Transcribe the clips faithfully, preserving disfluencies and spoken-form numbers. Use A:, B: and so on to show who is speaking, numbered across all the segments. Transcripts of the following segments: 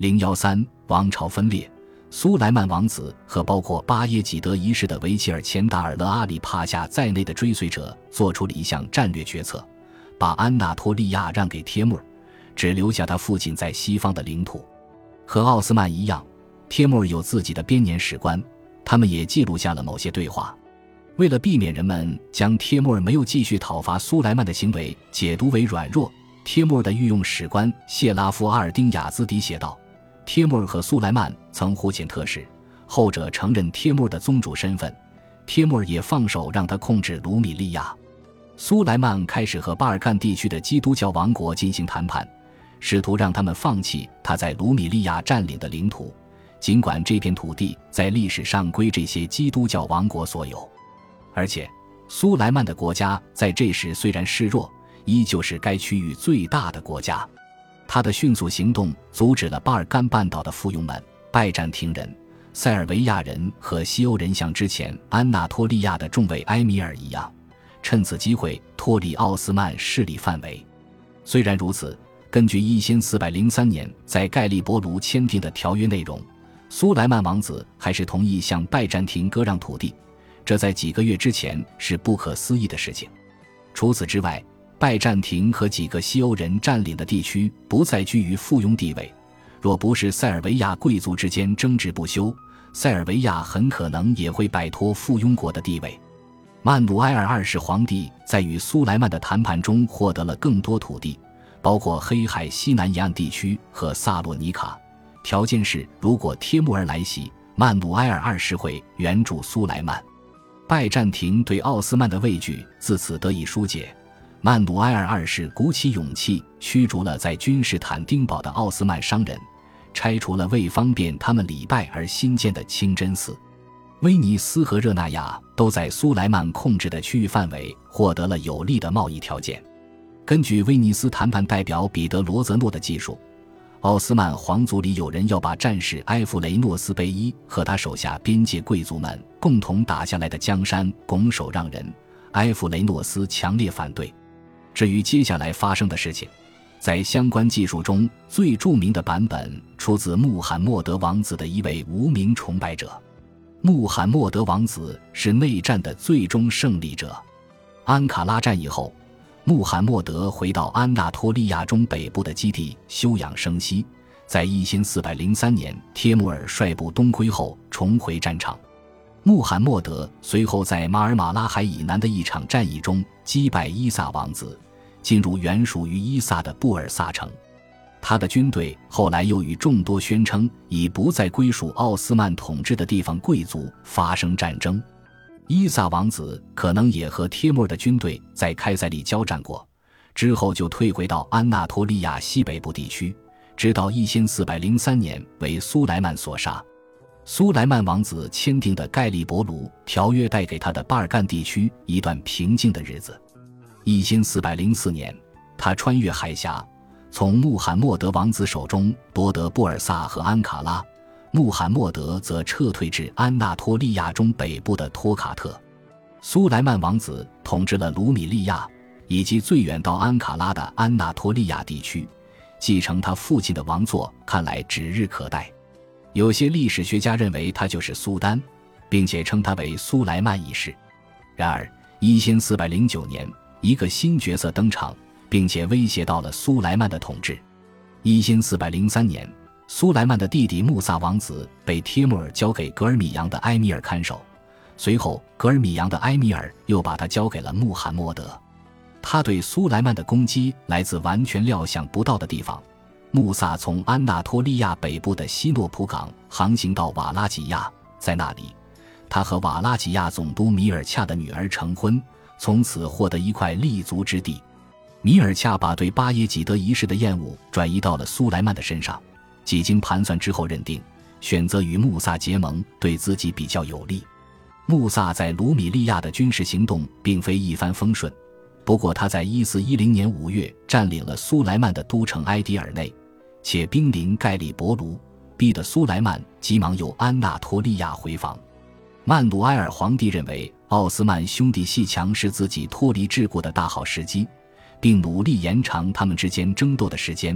A: 零一三王朝分裂，苏莱曼王子和包括巴耶济德一世的维齐尔钱达尔勒阿里帕夏在内的追随者做出了一项战略决策，把安纳托利亚让给帖木儿，只留下他父亲在西方的领土。和奥斯曼一样，帖木儿有自己的编年史官，他们也记录下了某些对话。为了避免人们将帖木儿没有继续讨伐苏莱曼的行为解读为软弱，帖木儿的御用史官谢拉夫阿尔丁雅兹迪写道，帖木儿和苏莱曼曾互遣特使，后者承认帖木儿的宗主身份，帖木儿也放手让他控制卢米利亚。苏莱曼开始和巴尔干地区的基督教王国进行谈判，试图让他们放弃他在卢米利亚占领的领土，尽管这片土地在历史上归这些基督教王国所有。而且苏莱曼的国家在这时虽然示弱，依旧是该区域最大的国家。他的迅速行动阻止了巴尔干半岛的附庸们、拜占庭人、塞尔维亚人和西欧人像之前安纳托利亚的众位埃米尔一样，趁此机会脱离奥斯曼势力范围。虽然如此，根据一千四百零三年在盖利伯卢签订的条约内容，苏莱曼王子还是同意向拜占庭割让土地，这在几个月之前是不可思议的事情。除此之外，拜占庭和几个西欧人占领的地区不再居于附庸地位，若不是塞尔维亚贵族之间争执不休，塞尔维亚很可能也会摆脱附庸国的地位。曼努埃尔二世皇帝在与苏莱曼的谈判中获得了更多土地，包括黑海西南沿岸地区和萨洛尼卡，条件是如果帖木儿来袭，曼努埃尔二世会援助苏莱曼。拜占庭对奥斯曼的畏惧自此得以疏解，曼努埃尔二世鼓起勇气驱逐了在君士坦丁堡的奥斯曼商人，拆除了为方便他们礼拜而新建的清真寺。威尼斯和热那亚都在苏莱曼控制的区域范围获得了有利的贸易条件。根据威尼斯谈判代表彼得罗泽诺的记述，奥斯曼皇族里有人要把战士埃弗雷诺斯贝伊和他手下边界贵族们共同打下来的江山拱手让人，埃弗雷诺斯强烈反对。至于接下来发生的事情，在相关技术中最著名的版本出自穆罕默德王子的一位无名崇拜者。穆罕默德王子是内战的最终胜利者。安卡拉战役后，穆罕默德回到安纳托利亚中北部的基地休养生息，在一千四百零三年帖木儿率部东归后重回战场。穆罕默德随后在马尔马拉海以南的一场战役中击败伊萨王子，进入原属于伊萨的布尔萨城。他的军队后来又与众多宣称已不再归属奥斯曼统治的地方贵族发生战争。伊萨王子可能也和帖木儿的军队在开塞利交战过，之后就退回到安纳托利亚西北部地区，直到一千四百零三年为苏莱曼所杀。苏莱曼王子签订的盖利伯卢条约带给他的巴尔干地区一段平静的日子。一千四百零四年，他穿越海峡，从穆罕默德王子手中夺得布尔萨和安卡拉，穆罕默德则撤退至安纳托利亚中北部的托卡特。苏莱曼王子统治了卢米利亚以及最远到安卡拉的安纳托利亚地区，继承他父亲的王座看来指日可待。有些历史学家认为他就是苏丹，并且称他为苏莱曼一世。然而一千四百零九年，一个新角色登场，并且威胁到了苏莱曼的统治。一千四百零三年，苏莱曼的弟弟穆萨王子被帖木儿交给格尔米扬的埃米尔看守，随后格尔米扬的埃米尔又把他交给了穆罕默德。他对苏莱曼的攻击来自完全料想不到的地方。穆萨从安纳托利亚北部的西诺普港航行到瓦拉吉亚，在那里他和瓦拉吉亚总督米尔恰的女儿成婚，从此获得一块立足之地。米尔恰把对巴耶济德一世的厌恶转移到了苏莱曼的身上，几经盘算之后认定选择与穆萨结盟对自己比较有利。穆萨在卢米利亚的军事行动并非一帆风顺，不过他在一四一零年五月占领了苏莱曼的都城埃迪尔内，且兵临盖利伯卢，逼得苏莱曼急忙由安纳托利亚回防。曼努埃尔皇帝认为奥斯曼兄弟阋墙是自己脱离桎梏的大好时机，并努力延长他们之间争斗的时间，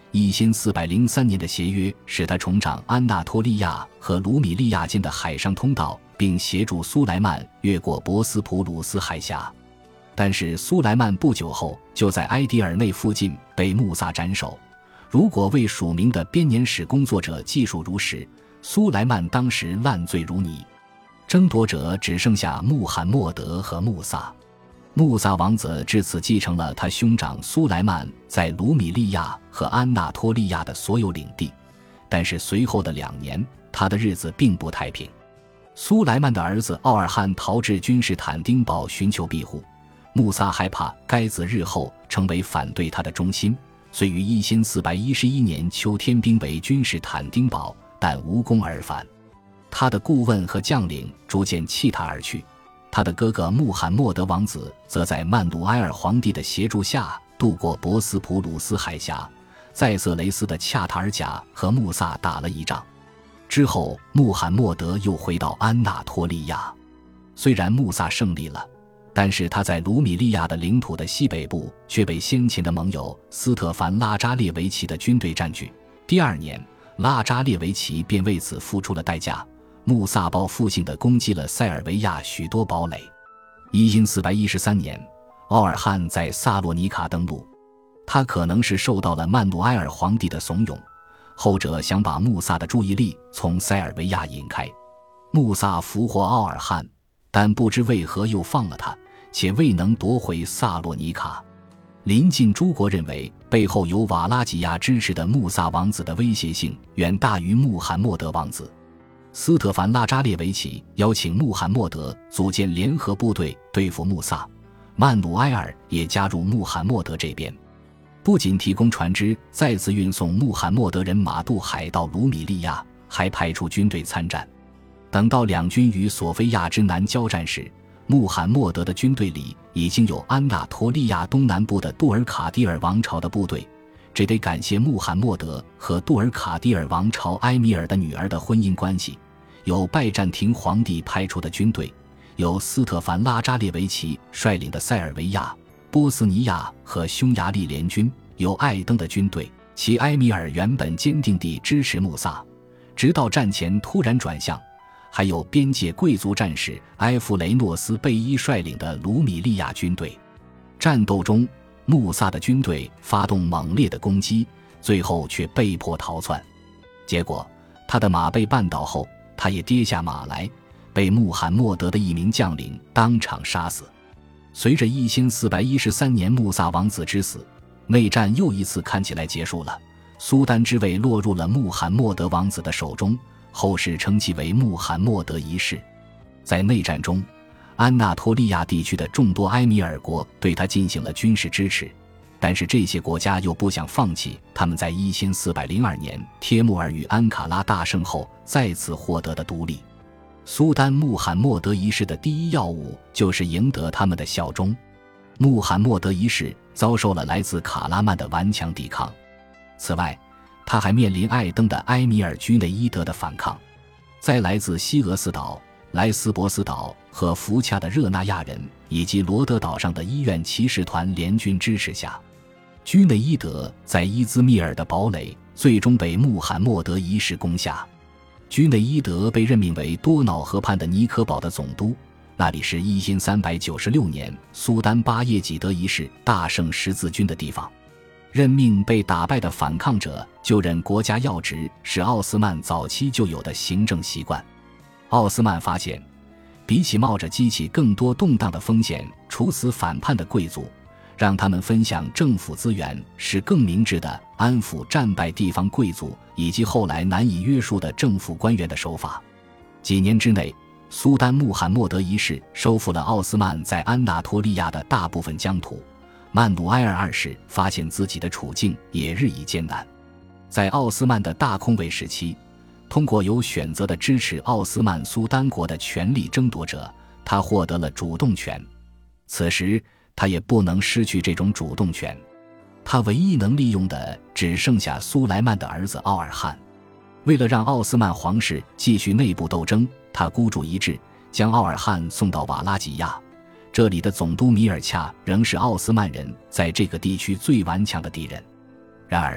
A: 一千四百零三年的协约使他重掌安纳托利亚和卢米利亚间的海上通道，并协助苏莱曼越过博斯普鲁斯海峡。但是苏莱曼不久后就在埃迪尔内附近被穆萨斩首。如果为署名的编年史工作者记述如实，苏莱曼当时烂醉如泥，争夺者只剩下穆罕默德和穆萨。穆萨王子至此继承了他兄长苏莱曼在卢米利亚和安纳托利亚的所有领地，但是随后的两年，他的日子并不太平。苏莱曼的儿子奥尔汉逃至君士坦丁堡寻求庇护，穆萨害怕该子日后成为反对他的中心，遂于一千四百一十一年秋添兵围君士坦丁堡，但无功而返。他的顾问和将领逐渐弃他而去，他的哥哥穆罕默德王子则在曼努埃尔皇帝的协助下渡过博斯普鲁斯海峡，在色雷斯的恰塔尔贾和穆萨打了一仗。之后穆罕默德又回到安纳托利亚，虽然穆萨胜利了，但是他在卢米利亚的领土的西北部却被先前的盟友斯特凡拉扎列维奇的军队占据。第二年，拉扎列维奇便为此付出了代价，穆萨报复性地攻击了塞尔维亚许多堡垒。一千四百一十三年，奥尔汉在萨洛尼卡登陆，他可能是受到了曼努埃尔皇帝的怂恿，后者想把穆萨的注意力从塞尔维亚引开。穆萨俘获奥尔汉，但不知为何又放了他，且未能夺回萨洛尼卡。邻近诸国认为背后有瓦拉吉亚支持的穆萨王子的威胁性远大于穆罕默德王子。斯特凡拉扎列维奇邀请穆罕默德组建联合部队对付穆萨，曼努埃尔也加入穆罕默德这边，不仅提供船只再次运送穆罕默德人马渡海到卢米利亚，还派出军队参战。等到两军与索菲亚之南交战时，穆罕默德的军队里已经有安纳托利亚东南部的杜尔卡迪尔王朝的部队，这得感谢穆罕默德和杜尔卡迪尔王朝埃米尔的女儿的婚姻关系。有拜占庭皇帝派出的军队，有斯特凡拉扎列维奇率领的塞尔维亚、波斯尼亚和匈牙利联军，有艾登的军队，其埃米尔原本坚定地支持穆萨，直到战前突然转向，还有边界贵族战士埃弗雷诺斯贝伊率领的卢米利亚军队。战斗中，穆萨的军队发动猛烈的攻击，最后却被迫逃窜，结果他的马被绊倒后，他也跌下马来，被穆罕默德的一名将领当场杀死。随着一千四百一十三年穆萨王子之死，内战又一次看起来结束了，苏丹之位落入了穆罕默德王子的手中，后世称其为穆罕默德一世。在内战中，安纳托利亚地区的众多埃米尔国对他进行了军事支持，但是这些国家又不想放弃他们在一千四百零二年帖木儿与安卡拉大胜后再次获得的独立。苏丹穆罕默德一世的第一要务就是赢得他们的效忠。穆罕默德一世遭受了来自卡拉曼的顽强抵抗，此外他还面临艾登的埃米尔居内伊德的反抗。在来自西俄斯岛、莱斯博斯岛和福恰的热那亚人以及罗德岛上的医院骑士团联军支持下，居内伊德在伊兹密尔的堡垒最终被穆罕默德一世攻下。居内伊德被任命为多瑙河畔的尼科堡的总督，那里是一千三百九十六年苏丹巴叶济德一世大胜十字军的地方。任命被打败的反抗者就任国家要职是奥斯曼早期就有的行政习惯。奥斯曼发现，比起冒着激起更多动荡的风险处死反叛的贵族，让他们分享政府资源是更明智的安抚战败地方贵族以及后来难以约束的政府官员的手法。几年之内，苏丹穆罕默德一世收复了奥斯曼在安纳托利亚的大部分疆土，曼努埃尔二世发现自己的处境也日益艰难。在奥斯曼的大空位时期，通过有选择的支持奥斯曼苏丹国的权力争夺者，他获得了主动权。此时他也不能失去这种主动权，他唯一能利用的只剩下苏莱曼的儿子奥尔汉。为了让奥斯曼皇室继续内部斗争，他孤注一掷，将奥尔汉送到瓦拉吉亚，这里的总督米尔恰仍是奥斯曼人在这个地区最顽强的敌人。然而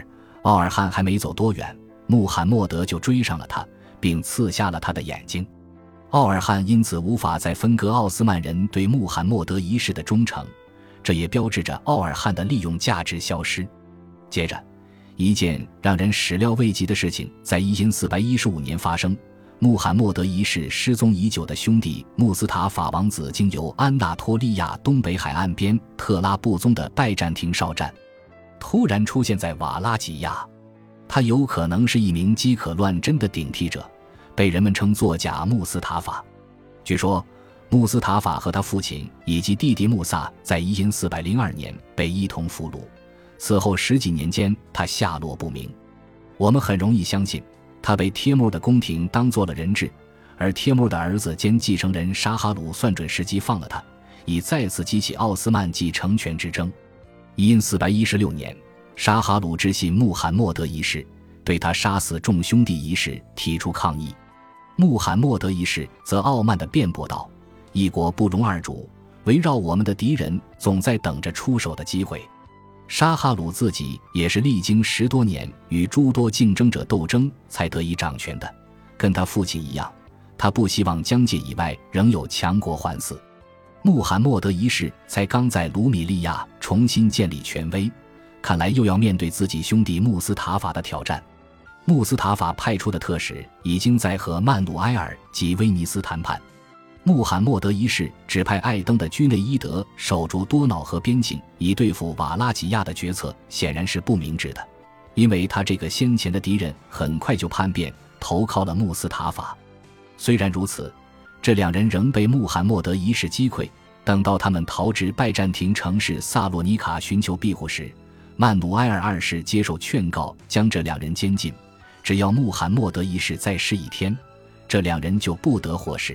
A: 奥尔汉还没走多远，穆罕默德就追上了他，并刺瞎了他的眼睛。奥尔汉因此无法再分割奥斯曼人对穆罕默德一世的忠诚，这也标志着奥尔汉的利用价值消失。接着，一件让人始料未及的事情在一千四百一十五年发生，穆罕默德一世失踪已久的兄弟穆斯塔法王子经由安纳托利亚东北海岸边特拉布宗的拜占庭哨站，突然出现在瓦拉吉亚。他有可能是一名饥渴乱真的顶替者，被人们称作假穆斯塔法。据说穆斯塔法和他父亲以及弟弟穆萨在一千四百零二年被一同俘虏，此后十几年间他下落不明。我们很容易相信他被帖木儿的宫廷当作了人质，而帖木儿的儿子兼继承人沙哈鲁算准时机放了他，以再次激起奥斯曼继承权之争。一千四百一十六年，沙哈鲁知信穆罕默德一世，对他杀死众兄弟一事提出抗议。穆罕默德一世则傲慢地辩驳道：一国不容二主，围绕我们的敌人总在等着出手的机会。沙哈鲁自己也是历经十多年与诸多竞争者斗争才得以掌权的，跟他父亲一样，他不希望疆界以外仍有强国环伺。穆罕默德一世才刚在卢米利亚重新建立权威，看来又要面对自己兄弟穆斯塔法的挑战。穆斯塔法派出的特使已经在和曼努埃尔及威尼斯谈判，穆罕默德一世指派艾登的居内伊德守住多瑙河边境以对付瓦拉吉亚的决策显然是不明智的，因为他这个先前的敌人很快就叛变，投靠了穆斯塔法。虽然如此，这两人仍被穆罕默德一世击溃。等到他们逃至拜占庭城市萨洛尼卡寻求庇护时，曼努埃尔二世接受劝告，将这两人监禁，只要穆罕默德一世再试一天，这两人就不得获释。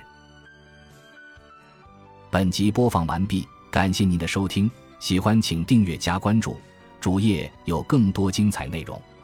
A: 本集播放完毕，感谢您的收听，喜欢请订阅加关注，主页有更多精彩内容。